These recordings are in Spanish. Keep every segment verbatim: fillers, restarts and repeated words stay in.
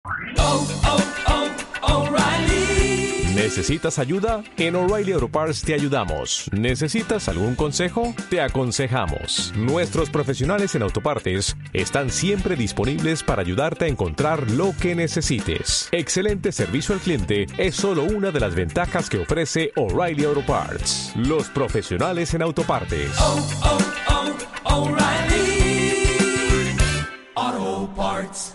Oh, oh, oh, O'Reilly. ¿Necesitas ayuda? En O'Reilly Auto Parts te ayudamos. ¿Necesitas algún consejo? Te aconsejamos. Nuestros profesionales en autopartes están siempre disponibles para ayudarte a encontrar lo que necesites. Excelente servicio al cliente es solo una de las ventajas que ofrece O'Reilly Auto Parts. Los profesionales en autopartes. Oh, oh, oh, O'Reilly Auto Parts.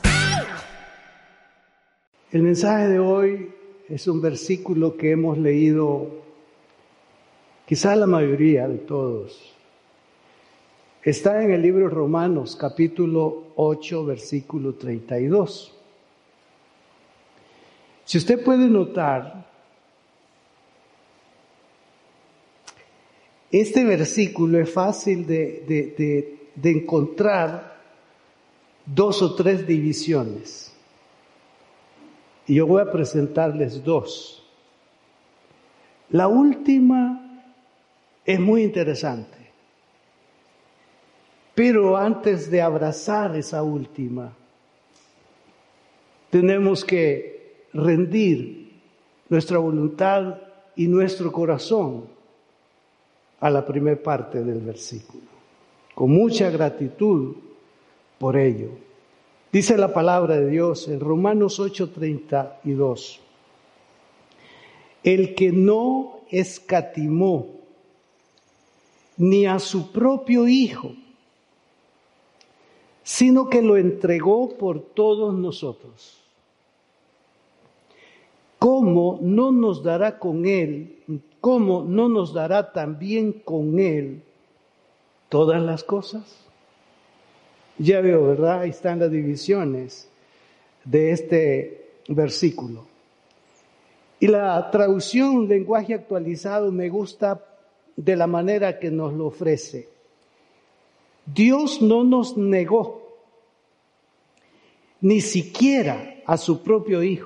El mensaje de hoy es un versículo que hemos leído, quizá la mayoría de todos. Está en el libro de Romanos, capítulo ocho, versículo treinta y dos. Si usted puede notar, este versículo es fácil de, de, de, de encontrar dos o tres divisiones. Y yo voy a presentarles dos. La última es muy interesante. Pero antes de abrazar esa última, tenemos que rendir nuestra voluntad y nuestro corazón a la primera parte del versículo, con mucha gratitud por ello. Dice la palabra de Dios en Romanos ocho, treinta y dos. El que no escatimó ni a su propio Hijo, sino que lo entregó por todos nosotros, ¿cómo no nos dará con Él, cómo no nos dará también con Él todas las cosas? Ya veo, ¿verdad? Ahí están las divisiones de este versículo. Y la traducción, lenguaje actualizado, me gusta de la manera que nos lo ofrece. Dios no nos negó ni siquiera a su propio Hijo,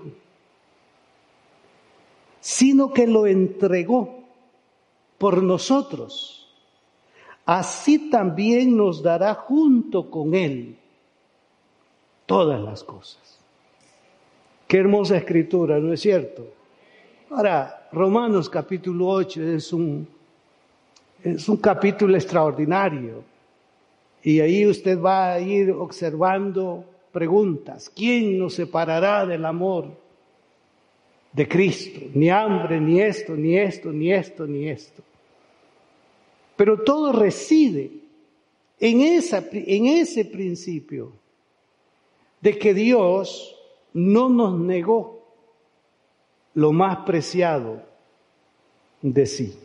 sino que lo entregó por nosotros. Así también nos dará junto con Él todas las cosas. Qué hermosa escritura, ¿no es cierto? Ahora, Romanos capítulo ocho es un, es un capítulo extraordinario. Y ahí usted va a ir observando preguntas. ¿Quién nos separará del amor de Cristo? Ni hambre, ni esto, ni esto, ni esto, ni esto. Pero todo reside en, esa, en ese principio de que Dios no nos negó lo más preciado de sí.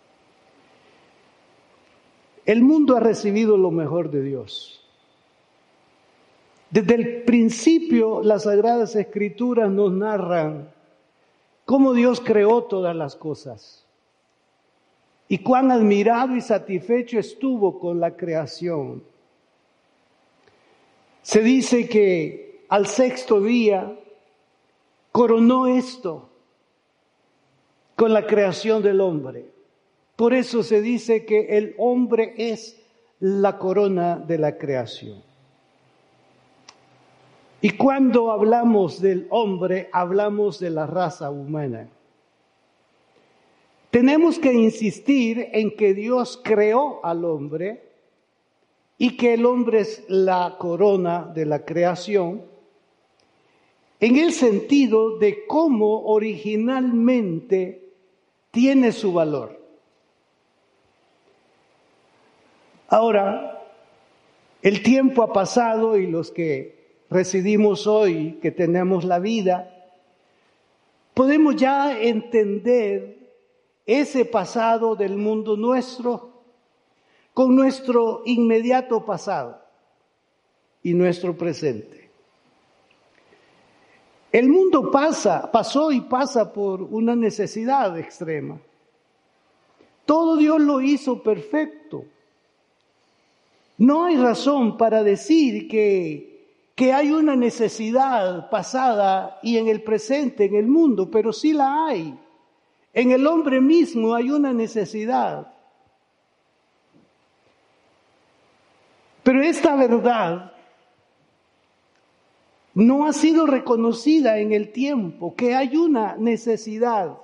El mundo ha recibido lo mejor de Dios. Desde el principio, las Sagradas Escrituras nos narran cómo Dios creó todas las cosas. Y cuán admirado y satisfecho estuvo con la creación. Se dice que al sexto día coronó esto con la creación del hombre. Por eso se dice que el hombre es la corona de la creación. Y cuando hablamos del hombre, hablamos de la raza humana. Tenemos que insistir en que Dios creó al hombre y que el hombre es la corona de la creación, en el sentido de cómo originalmente tiene su valor. Ahora, el tiempo ha pasado y los que residimos hoy, que tenemos la vida, podemos ya entender ese pasado del mundo nuestro con nuestro inmediato pasado y nuestro presente. El mundo pasa, pasó y pasa por una necesidad extrema. Todo Dios lo hizo perfecto. No hay razón para decir que, que hay una necesidad pasada y en el presente en el mundo, pero sí la hay. En el hombre mismo hay una necesidad. Pero esta verdad no ha sido reconocida en el tiempo, que hay una necesidad.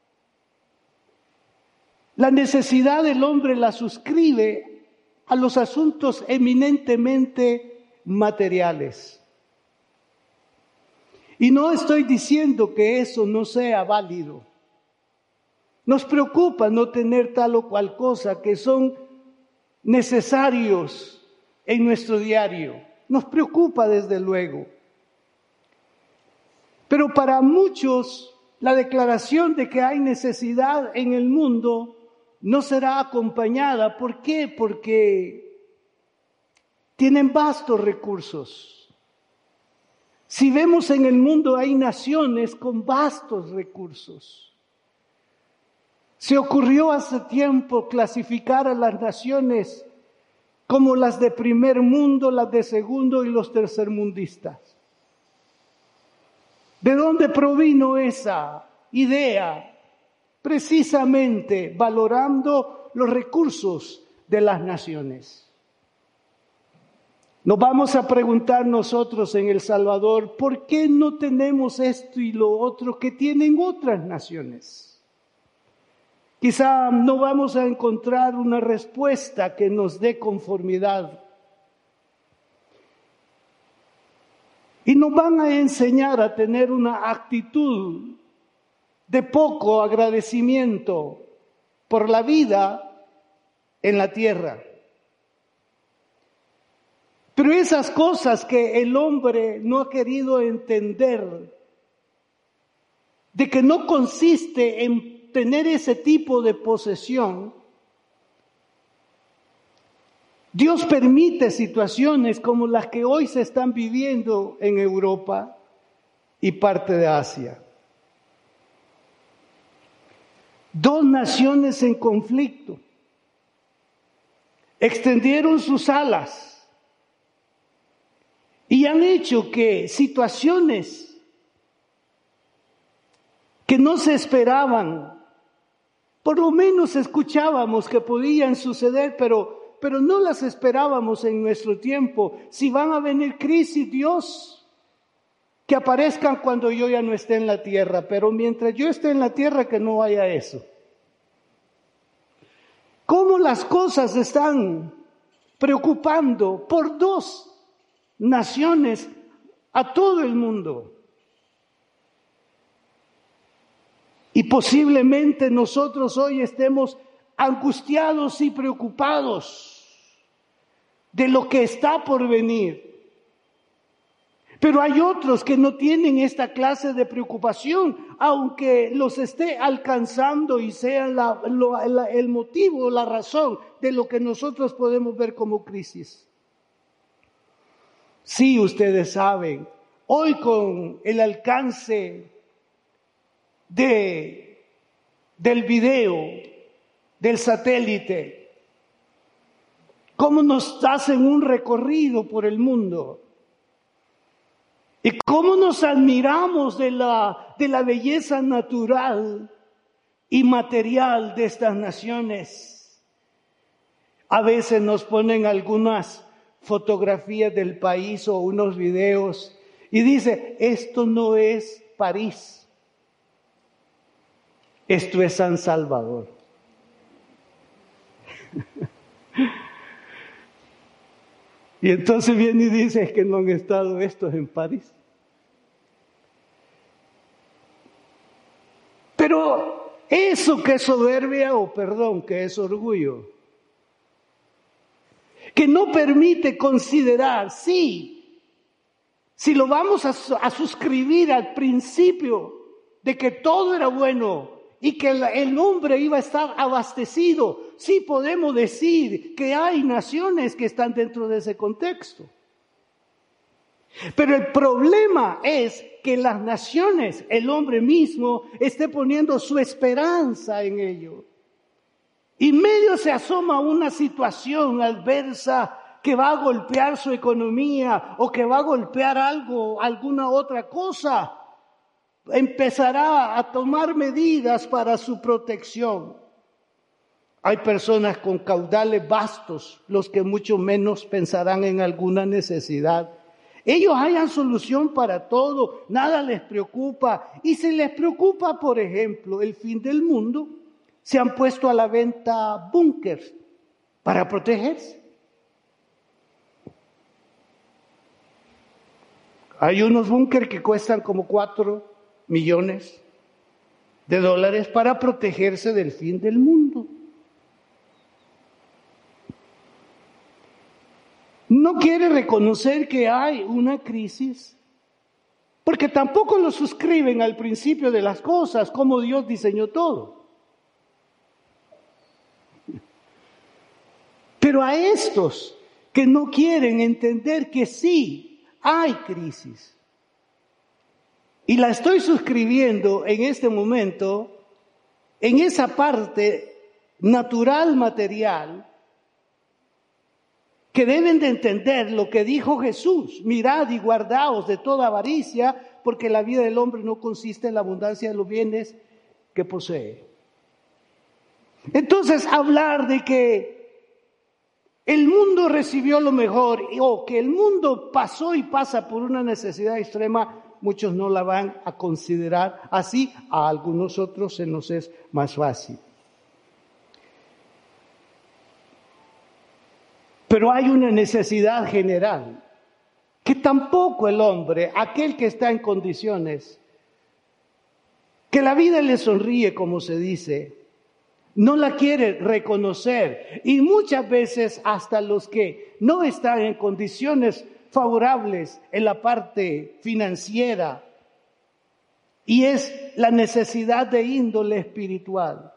La necesidad del hombre la suscribe a los asuntos eminentemente materiales. Y no estoy diciendo que eso no sea válido. Nos preocupa no tener tal o cual cosa que son necesarios en nuestro diario. Nos preocupa desde luego. Pero para muchos la declaración de que hay necesidad en el mundo no será acompañada. ¿Por qué? Porque tienen vastos recursos. Si vemos en el mundo hay naciones con vastos recursos. Se ocurrió hace tiempo clasificar a las naciones como las de primer mundo, las de segundo y los tercermundistas. ¿De dónde provino esa idea? Precisamente valorando los recursos de las naciones. Nos vamos a preguntar nosotros en El Salvador, ¿por qué no tenemos esto y lo otro que tienen otras naciones? Quizá no vamos a encontrar una respuesta que nos dé conformidad. Y nos van a enseñar a tener una actitud de poco agradecimiento por la vida en la tierra. Pero esas cosas que el hombre no ha querido entender, de que no consiste en tener ese tipo de posesión, Dios permite situaciones como las que hoy se están viviendo en Europa y parte de Asia. Dos naciones en conflicto extendieron sus alas y han hecho que situaciones que no se esperaban, por lo menos escuchábamos que podían suceder, pero, pero no las esperábamos en nuestro tiempo. Si van a venir crisis, Dios, que aparezcan cuando yo ya no esté en la tierra, pero mientras yo esté en la tierra que no haya eso. ¿Cómo las cosas están preocupando por dos naciones a todo el mundo? Y posiblemente nosotros hoy estemos angustiados y preocupados de lo que está por venir. Pero hay otros que no tienen esta clase de preocupación, aunque los esté alcanzando y sea la, lo, la, el motivo, la razón de lo que nosotros podemos ver como crisis. Sí, ustedes saben, hoy con el alcance de, del video, del satélite, cómo nos hacen un recorrido por el mundo y cómo nos admiramos de la, de la belleza natural y material de estas naciones. A veces nos ponen algunas fotografías del país o unos videos y dice, esto no es París. Esto es San Salvador. Y entonces viene y dice, es que no han estado estos en París. Pero eso que es soberbia, o perdón, que es orgullo, que no permite considerar, sí, si lo vamos a, a suscribir al principio de que todo era bueno, y que el hombre iba a estar abastecido. Sí podemos decir que hay naciones que están dentro de ese contexto. Pero el problema es que las naciones, el hombre mismo, esté poniendo su esperanza en ello. Y medio se asoma una situación adversa que va a golpear su economía o que va a golpear algo, alguna otra cosa. Empezará a tomar medidas para su protección. Hay personas con caudales vastos, los que mucho menos pensarán en alguna necesidad. Ellos hayan solución para todo, nada les preocupa. Y si les preocupa, por ejemplo, el fin del mundo, se han puesto a la venta búnkers para protegerse. Hay unos búnkers que cuestan como cuatro millones de dólares para protegerse del fin del mundo. No quiere reconocer que hay una crisis, porque tampoco lo suscriben al principio de las cosas, como Dios diseñó todo. Pero a estos que no quieren entender que sí hay crisis, y la estoy suscribiendo en este momento, en esa parte natural, material, que deben de entender lo que dijo Jesús: mirad y guardaos de toda avaricia, porque la vida del hombre no consiste en la abundancia de los bienes que posee. Entonces, hablar de que el mundo recibió lo mejor o que el mundo pasó y pasa por una necesidad extrema, muchos no la van a considerar así, a algunos otros se nos es más fácil. Pero hay una necesidad general, que tampoco el hombre, aquel que está en condiciones, que la vida le sonríe, como se dice, no la quiere reconocer. Y muchas veces hasta los que no están en condiciones favorables en la parte financiera, y es la necesidad de índole espiritual.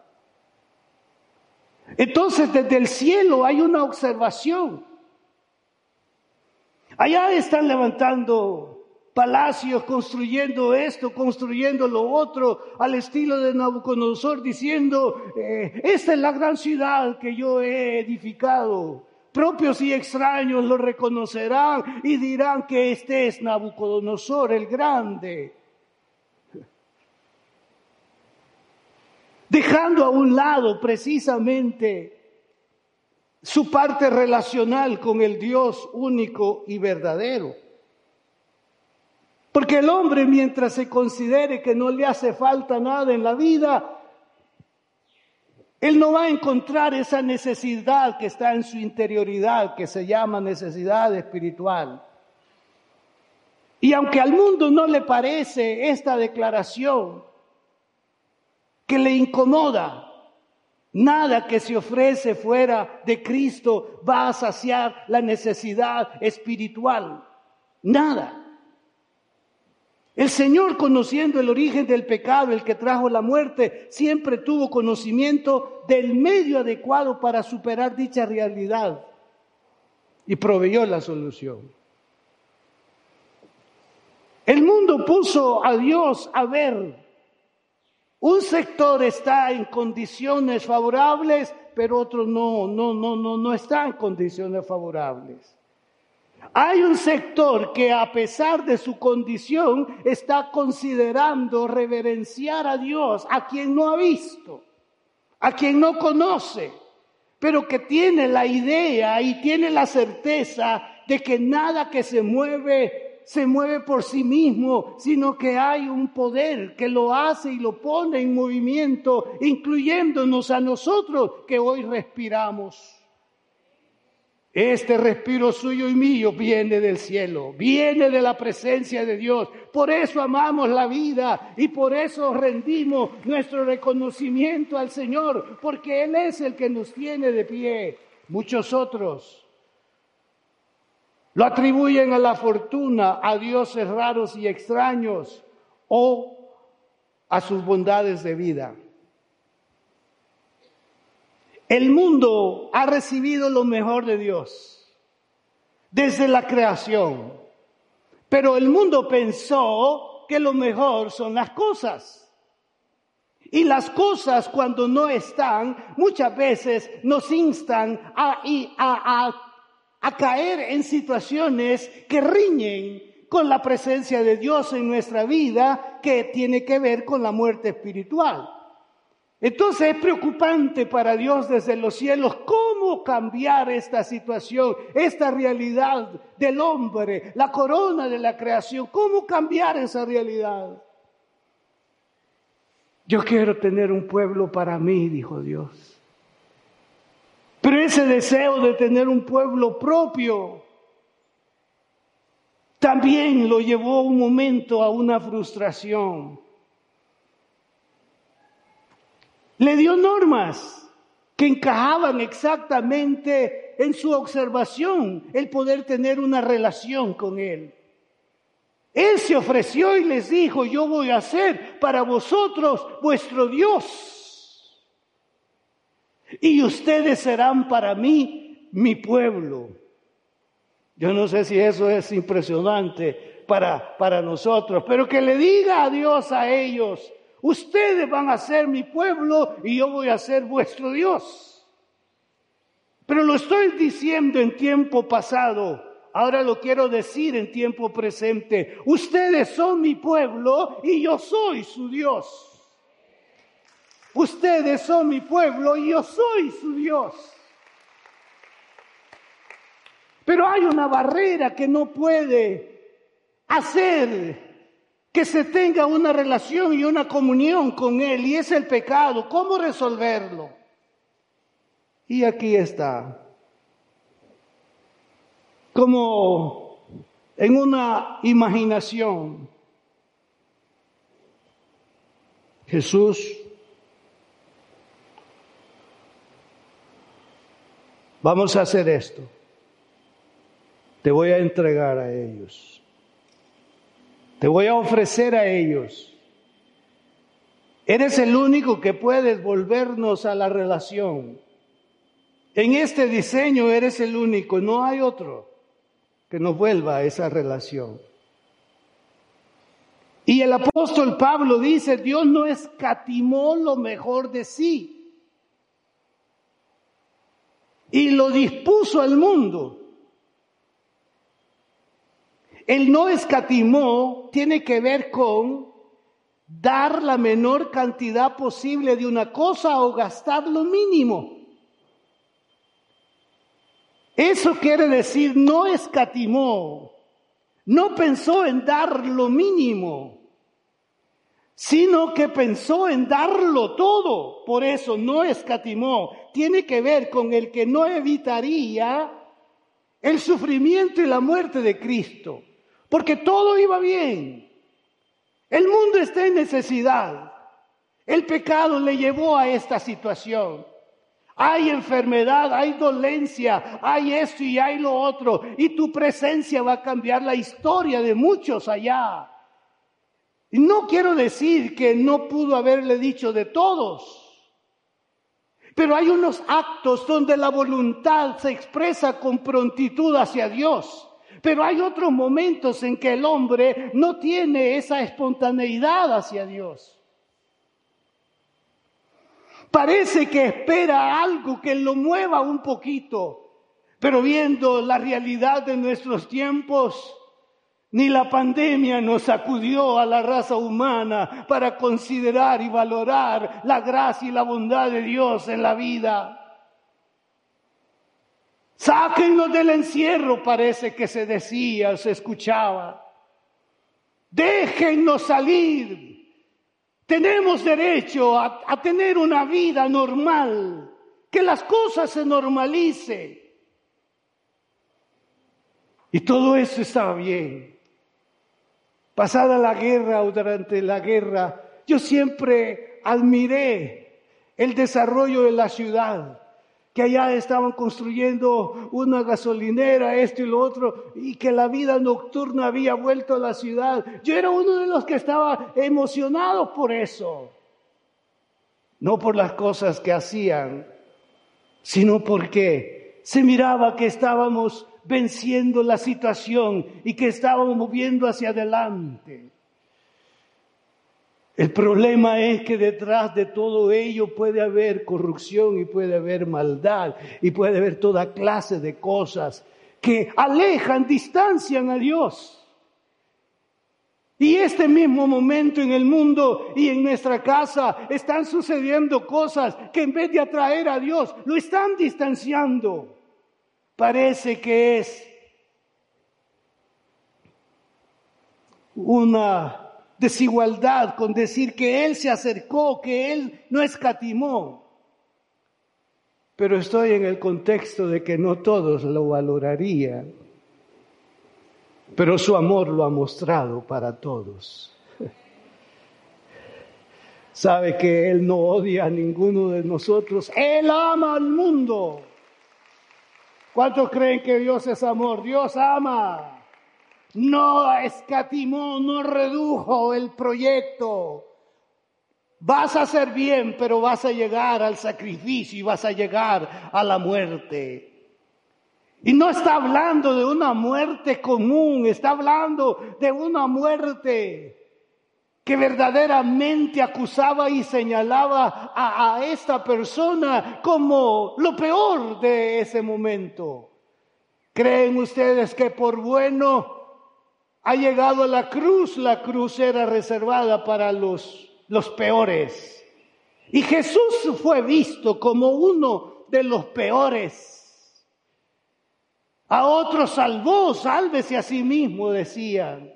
Entonces, desde el cielo hay una observación. Allá están levantando palacios, construyendo esto, construyendo lo otro, al estilo de Nabucodonosor, diciendo, eh, esta es la gran ciudad que yo he edificado. Propios y extraños lo reconocerán y dirán que este es Nabucodonosor el Grande. Dejando a un lado precisamente su parte relacional con el Dios único y verdadero. Porque el hombre, mientras se considere que no le hace falta nada en la vida, él no va a encontrar esa necesidad que está en su interioridad, que se llama necesidad espiritual. Y aunque al mundo no le parece esta declaración, que le incomoda, nada que se ofrece fuera de Cristo va a saciar la necesidad espiritual. Nada. El Señor, conociendo el origen del pecado, el que trajo la muerte, siempre tuvo conocimiento del medio adecuado para superar dicha realidad y proveyó la solución. El mundo puso a Dios a ver. Un sector está en condiciones favorables, pero otro no, no, no, no, no está en condiciones favorables. Hay un sector que, a pesar de su condición, está considerando reverenciar a Dios, a quien no ha visto, a quien no conoce, pero que tiene la idea y tiene la certeza de que nada que se mueve se mueve por sí mismo, sino que hay un poder que lo hace y lo pone en movimiento, incluyéndonos a nosotros que hoy respiramos. Este respiro suyo y mío viene del cielo, viene de la presencia de Dios. Por eso amamos la vida y por eso rendimos nuestro reconocimiento al Señor, porque Él es el que nos tiene de pie. Muchos otros lo atribuyen a la fortuna, a dioses raros y extraños o a sus bondades de vida. El mundo ha recibido lo mejor de Dios desde la creación, pero el mundo pensó que lo mejor son las cosas. Y las cosas, cuando no están, muchas veces nos instan a, a, a a caer en situaciones que riñen con la presencia de Dios en nuestra vida, que tiene que ver con la muerte espiritual. Entonces es preocupante para Dios desde los cielos cómo ¿Cómo cambiar esta situación, esta realidad del hombre, la corona de la creación? ¿Cómo cambiar esa realidad? Yo quiero tener un pueblo para mí, dijo Dios. Pero ese deseo de tener un pueblo propio también lo llevó un momento a una frustración. Le dio normas que encajaban exactamente en su observación, el poder tener una relación con Él. Él se ofreció y les dijo: yo voy a ser para vosotros vuestro Dios. Y ustedes serán para mí mi pueblo. Yo no sé si eso es impresionante para, para nosotros, pero que le diga a Dios a ellos: ustedes van a ser mi pueblo y yo voy a ser vuestro Dios. Pero lo estoy diciendo en tiempo pasado, ahora lo quiero decir en tiempo presente. Ustedes son mi pueblo y yo soy su Dios. Ustedes son mi pueblo y yo soy su Dios. Pero hay una barrera que no puede hacer que se tenga una relación y una comunión con Él, y es el pecado. ¿Cómo resolverlo? Y aquí está. Como en una imaginación, Jesús, vamos a hacer esto. Te voy a entregar a ellos. Te voy a ofrecer a ellos. Eres el único que puedes volvernos a la relación. En este diseño eres el único, no hay otro que nos vuelva a esa relación. Y el apóstol Pablo dice: Dios no escatimó lo mejor de sí y lo dispuso al mundo. El no escatimó tiene que ver con dar la menor cantidad posible de una cosa o gastar lo mínimo. Eso quiere decir, no escatimó, no pensó en dar lo mínimo, sino que pensó en darlo todo. Por eso no escatimó. Tiene que ver con el que no evitaría el sufrimiento y la muerte de Cristo. Porque todo iba bien. El mundo está en necesidad. El pecado le llevó a esta situación. Hay enfermedad, hay dolencia, hay esto y hay lo otro. Y tu presencia va a cambiar la historia de muchos allá. Y no quiero decir que no pudo haberle dicho de todos. Pero hay unos actos donde la voluntad se expresa con prontitud hacia Dios. Pero hay otros momentos en que el hombre no tiene esa espontaneidad hacia Dios. Parece que espera algo que lo mueva un poquito, pero viendo la realidad de nuestros tiempos, ni la pandemia nos sacudió a la raza humana para considerar y valorar la gracia y la bondad de Dios en la vida. Sáquennos del encierro, parece que se decía, se escuchaba. Déjennos salir. Tenemos derecho a, a tener una vida normal, que las cosas se normalicen. Y todo eso estaba bien. Pasada la guerra o durante la guerra, yo siempre admiré el desarrollo de la ciudad. Que allá estaban construyendo una gasolinera, esto y lo otro, y que la vida nocturna había vuelto a la ciudad. Yo era uno de los que estaba emocionado por eso. No por las cosas que hacían, sino porque se miraba que estábamos venciendo la situación y que estábamos moviendo hacia adelante. El problema es que detrás de todo ello puede haber corrupción y puede haber maldad y puede haber toda clase de cosas que alejan, distancian a Dios. Y este mismo momento en el mundo y en nuestra casa están sucediendo cosas que en vez de atraer a Dios, lo están distanciando. Parece que es una desigualdad con decir que Él se acercó, que Él no escatimó. Pero estoy en el contexto de que no todos lo valorarían. Pero su amor lo ha mostrado para todos. Sabe que Él no odia a ninguno de nosotros. Él ama al mundo. ¿Cuántos creen que Dios es amor? Dios ama. No escatimó, no redujo el proyecto. Vas a hacer bien, pero vas a llegar al sacrificio y vas a llegar a la muerte. Y no está hablando de una muerte común, está hablando de una muerte que verdaderamente acusaba y señalaba a, a esta persona como lo peor de ese momento. ¿Creen ustedes que por bueno ha llegado a la cruz? La cruz era reservada para los, los peores. Y Jesús fue visto como uno de los peores. A otros salvó, sálvese a sí mismo, decían.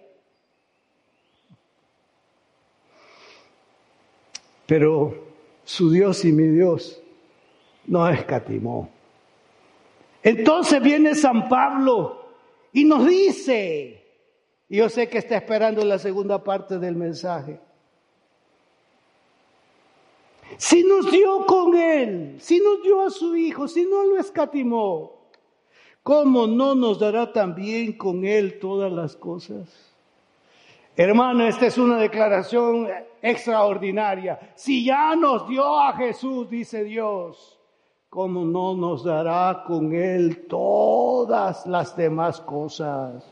Pero su Dios y mi Dios no escatimó. Entonces viene San Pablo y nos dice, y yo sé que está esperando la segunda parte del mensaje, si nos dio con Él, si nos dio a su Hijo, si no lo escatimó, ¿cómo no nos dará también con Él todas las cosas? Hermano, esta es una declaración extraordinaria. Si ya nos dio a Jesús, dice Dios, ¿cómo no nos dará con Él todas las demás cosas?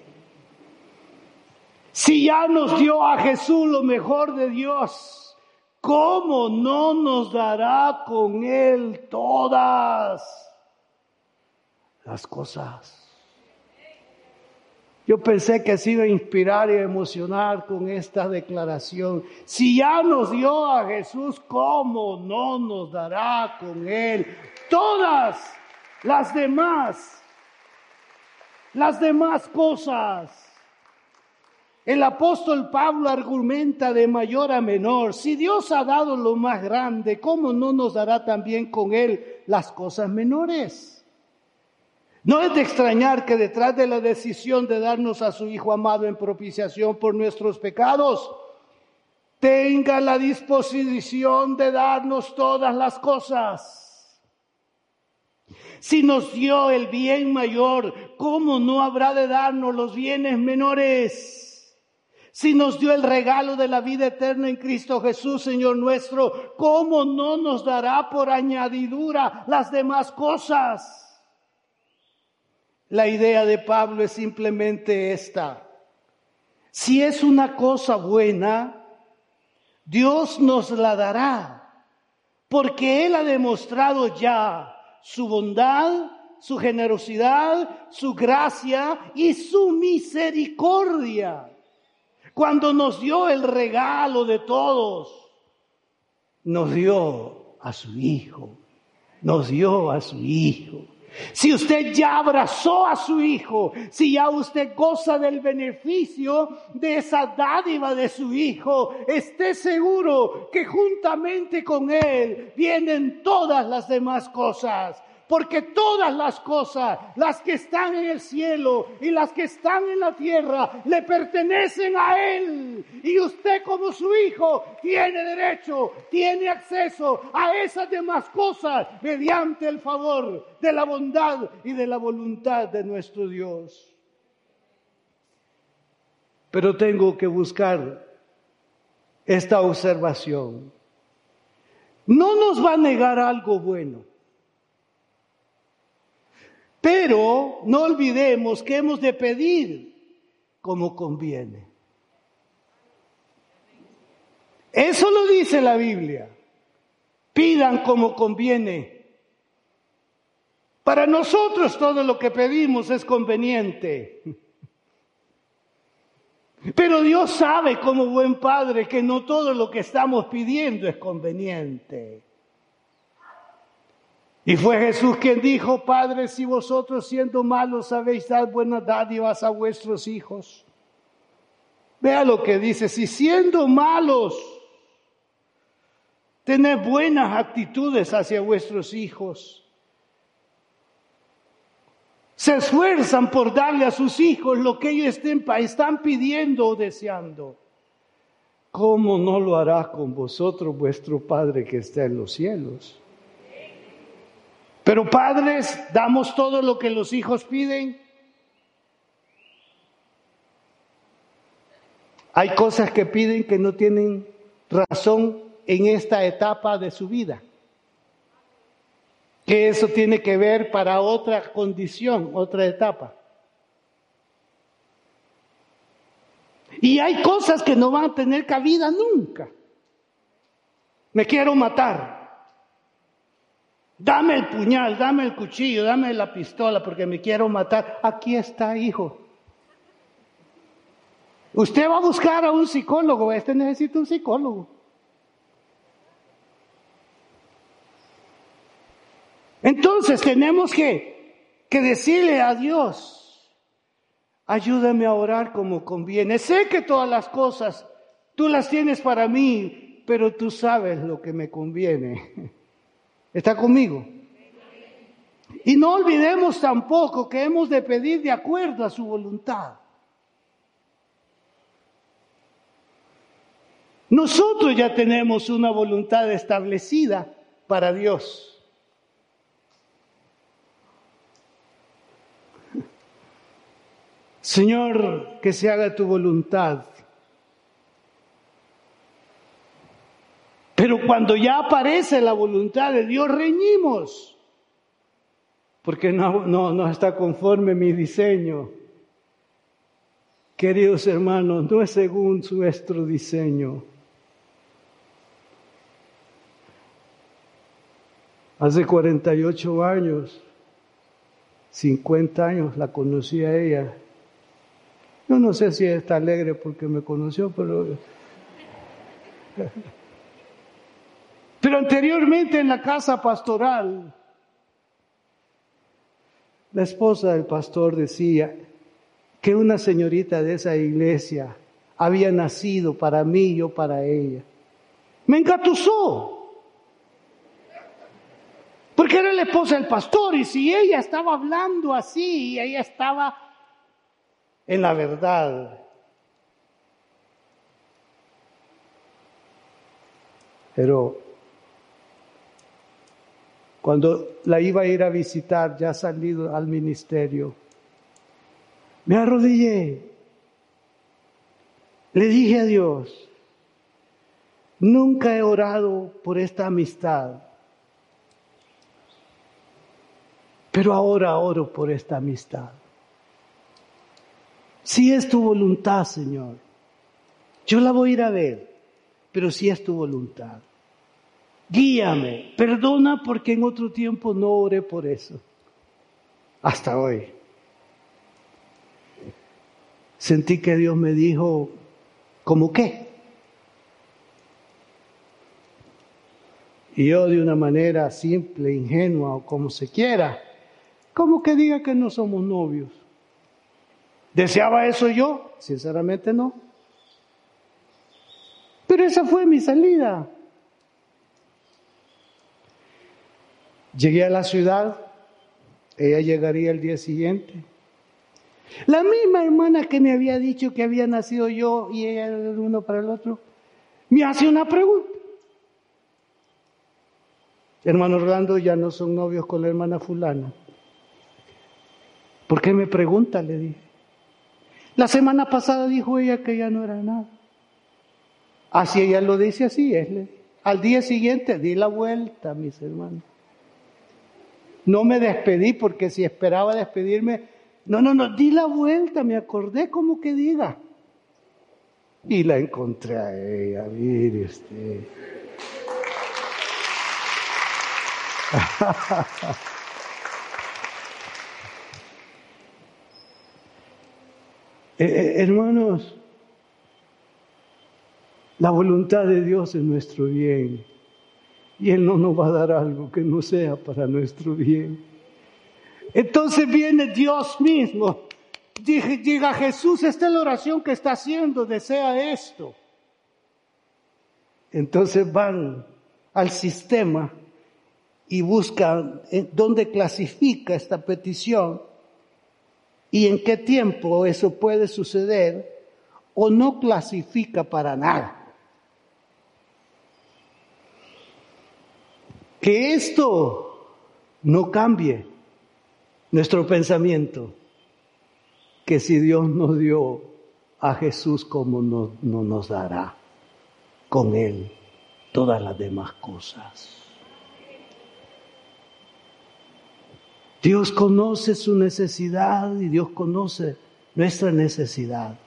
Si ya nos dio a Jesús lo mejor de Dios, ¿cómo no nos dará con Él todas las cosas? Yo pensé que se iba a inspirar y a emocionar con esta declaración. Si ya nos dio a Jesús, ¿cómo no nos dará con Él todas las demás, las demás cosas? El apóstol Pablo argumenta de mayor a menor. Si Dios ha dado lo más grande, ¿cómo no nos dará también con Él las cosas menores? No es de extrañar que detrás de la decisión de darnos a su Hijo amado en propiciación por nuestros pecados, tenga la disposición de darnos todas las cosas. Si nos dio el bien mayor, ¿cómo no habrá de darnos los bienes menores? Si nos dio el regalo de la vida eterna en Cristo Jesús, Señor nuestro, ¿cómo no nos dará por añadidura las demás cosas? La idea de Pablo es simplemente esta. Si es una cosa buena, Dios nos la dará, porque Él ha demostrado ya su bondad, su generosidad, su gracia y su misericordia. Cuando nos dio el regalo de todos, nos dio a su Hijo, nos dio a su Hijo. Si usted ya abrazó a su Hijo, si ya usted goza del beneficio de esa dádiva de su Hijo, esté seguro que juntamente con Él vienen todas las demás cosas. Porque todas las cosas, las que están en el cielo y las que están en la tierra, le pertenecen a Él. Y usted como su hijo tiene derecho, tiene acceso a esas demás cosas mediante el favor de la bondad y de la voluntad de nuestro Dios. Pero tengo que buscar esta observación. No nos va a negar algo bueno. Pero no olvidemos que hemos de pedir como conviene. Eso lo dice la Biblia. Pidan como conviene. Para nosotros todo lo que pedimos es conveniente. Pero Dios sabe como buen padre que no todo lo que estamos pidiendo es conveniente. Y fue Jesús quien dijo: Padre, si vosotros siendo malos sabéis dar buenas dádivas a vuestros hijos. Vea lo que dice: si siendo malos tened buenas actitudes hacia vuestros hijos, se esfuerzan por darle a sus hijos lo que ellos estén, están pidiendo o deseando, ¿cómo no lo hará con vosotros vuestro Padre que está en los cielos? Pero padres, ¿damos todo lo que los hijos piden? Hay cosas que piden que no tienen razón en esta etapa de su vida. Que eso tiene que ver para otra condición, otra etapa. Y hay cosas que no van a tener cabida nunca. Me quiero matar. Dame el puñal, dame el cuchillo, dame la pistola porque me quiero matar. Aquí está, hijo. Usted va a buscar a un psicólogo, este necesita un psicólogo. Entonces tenemos que, que decirle a Dios: ayúdame a orar como conviene. Sé que todas las cosas tú las tienes para mí, pero tú sabes lo que me conviene. ¿Está conmigo? Y no olvidemos tampoco que hemos de pedir de acuerdo a su voluntad. Nosotros ya tenemos una voluntad establecida para Dios. Señor, que se haga tu voluntad. Pero cuando ya aparece la voluntad de Dios, reñimos. Porque no, no, no está conforme mi diseño. Queridos hermanos, no es según nuestro diseño. Hace cuarenta y ocho años, cincuenta años la conocí a ella. Yo no sé si está alegre porque me conoció, pero... Pero anteriormente en la casa pastoral, la esposa del pastor decía que una señorita de esa iglesia había nacido para mí y yo para ella. Me engatusó. Porque era la esposa del pastor, y si ella estaba hablando así, ella estaba en la verdad. Pero cuando la iba a ir a visitar, ya salido al ministerio, me arrodillé. Le dije a Dios: nunca he orado por esta amistad, pero ahora oro por esta amistad. Si es tu voluntad, Señor, yo la voy a ir a ver, pero si es tu voluntad, guíame, perdona porque en otro tiempo no oré por eso. Hasta hoy. Sentí que Dios me dijo, ¿cómo qué? Y yo de una manera simple, ingenua o como se quiera, como que diga que no somos novios. ¿Deseaba eso yo? Sinceramente no. Pero esa fue mi salida. Llegué a la ciudad, ella llegaría el día siguiente. La misma hermana que me había dicho que había nacido yo y ella el uno para el otro, me hace una pregunta. Hermano Orlando, ya no son novios con la hermana fulana. ¿Por qué me pregunta? Le dije. La semana pasada dijo ella que ya no era nada. Así ella lo dice, así es. Le dije. Al día siguiente di la vuelta, mis hermanos. No me despedí porque si esperaba despedirme, no, no, no, di la vuelta, me acordé como que diga. Y la encontré a ella, mire usted. eh, eh, hermanos, La voluntad de Dios es nuestro bien. Y Él no nos va a dar algo que no sea para nuestro bien. Entonces viene Dios mismo. Diga, Jesús, esta es la oración que está haciendo, desea esto. Entonces van al sistema y buscan dónde clasifica esta petición y en qué tiempo eso puede suceder, o no clasifica para nada. Que esto no cambie nuestro pensamiento, que si Dios nos dio a Jesús, como no, no nos dará con Él todas las demás cosas. Dios conoce su necesidad y Dios conoce nuestra necesidad.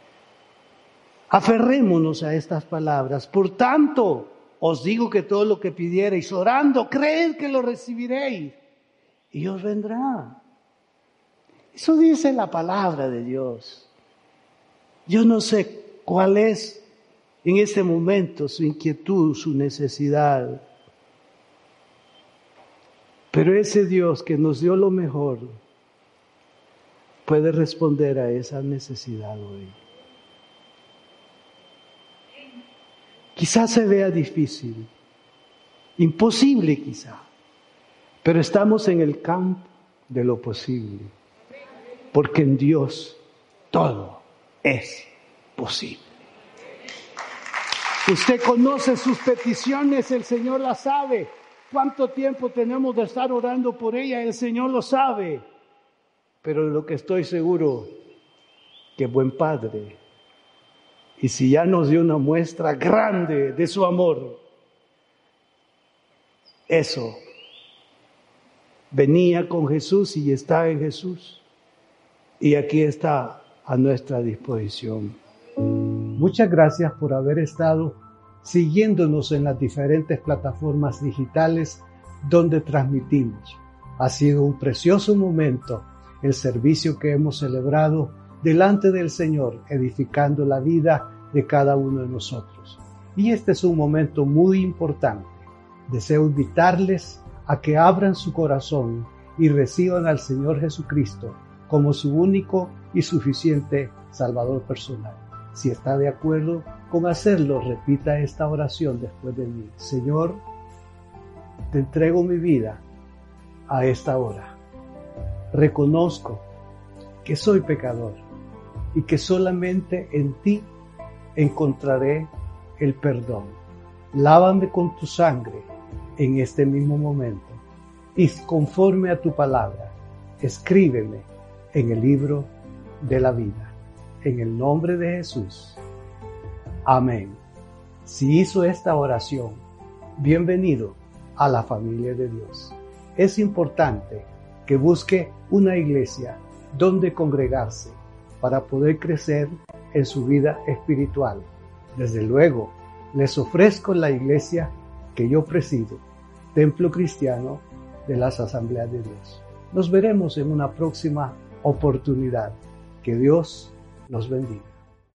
Aferrémonos a estas palabras. Por tanto, os digo que todo lo que pidiereis orando, creed que lo recibiréis y os vendrá. Eso dice la palabra de Dios. Yo no sé cuál es en este momento su inquietud, su necesidad. Pero ese Dios que nos dio lo mejor puede responder a esa necesidad hoy. Quizás se vea difícil, imposible quizá, pero estamos en el campo de lo posible, porque en Dios todo es posible. Usted conoce sus peticiones, el Señor las sabe. ¿Cuánto tiempo tenemos de estar orando por ella? El Señor lo sabe. Pero lo que estoy seguro, que buen Padre, y si ya nos dio una muestra grande de su amor, eso venía con Jesús y está en Jesús. Y aquí está a nuestra disposición. Muchas gracias por haber estado siguiéndonos en las diferentes plataformas digitales donde transmitimos. Ha sido un precioso momento el servicio que hemos celebrado delante del Señor, edificando la vida de cada uno de nosotros. Y este es un momento muy importante. Deseo invitarles a que abran su corazón y reciban al Señor Jesucristo como su único y suficiente Salvador personal. Si está de acuerdo con hacerlo, repita esta oración después de mí. Señor, te entrego mi vida a esta hora. Reconozco que soy pecador y que solamente en ti encontraré el perdón. Lávame con tu sangre en este mismo momento y conforme a tu palabra, escríbeme en el libro de la vida. En el nombre de Jesús. Amén. Si hizo esta oración, bienvenido a la familia de Dios. Es importante que busque una iglesia donde congregarse para poder crecer en su vida espiritual. Desde luego, les ofrezco la iglesia que yo presido, Templo Cristiano de las Asambleas de Dios. Nos veremos en una próxima oportunidad. Que Dios los bendiga.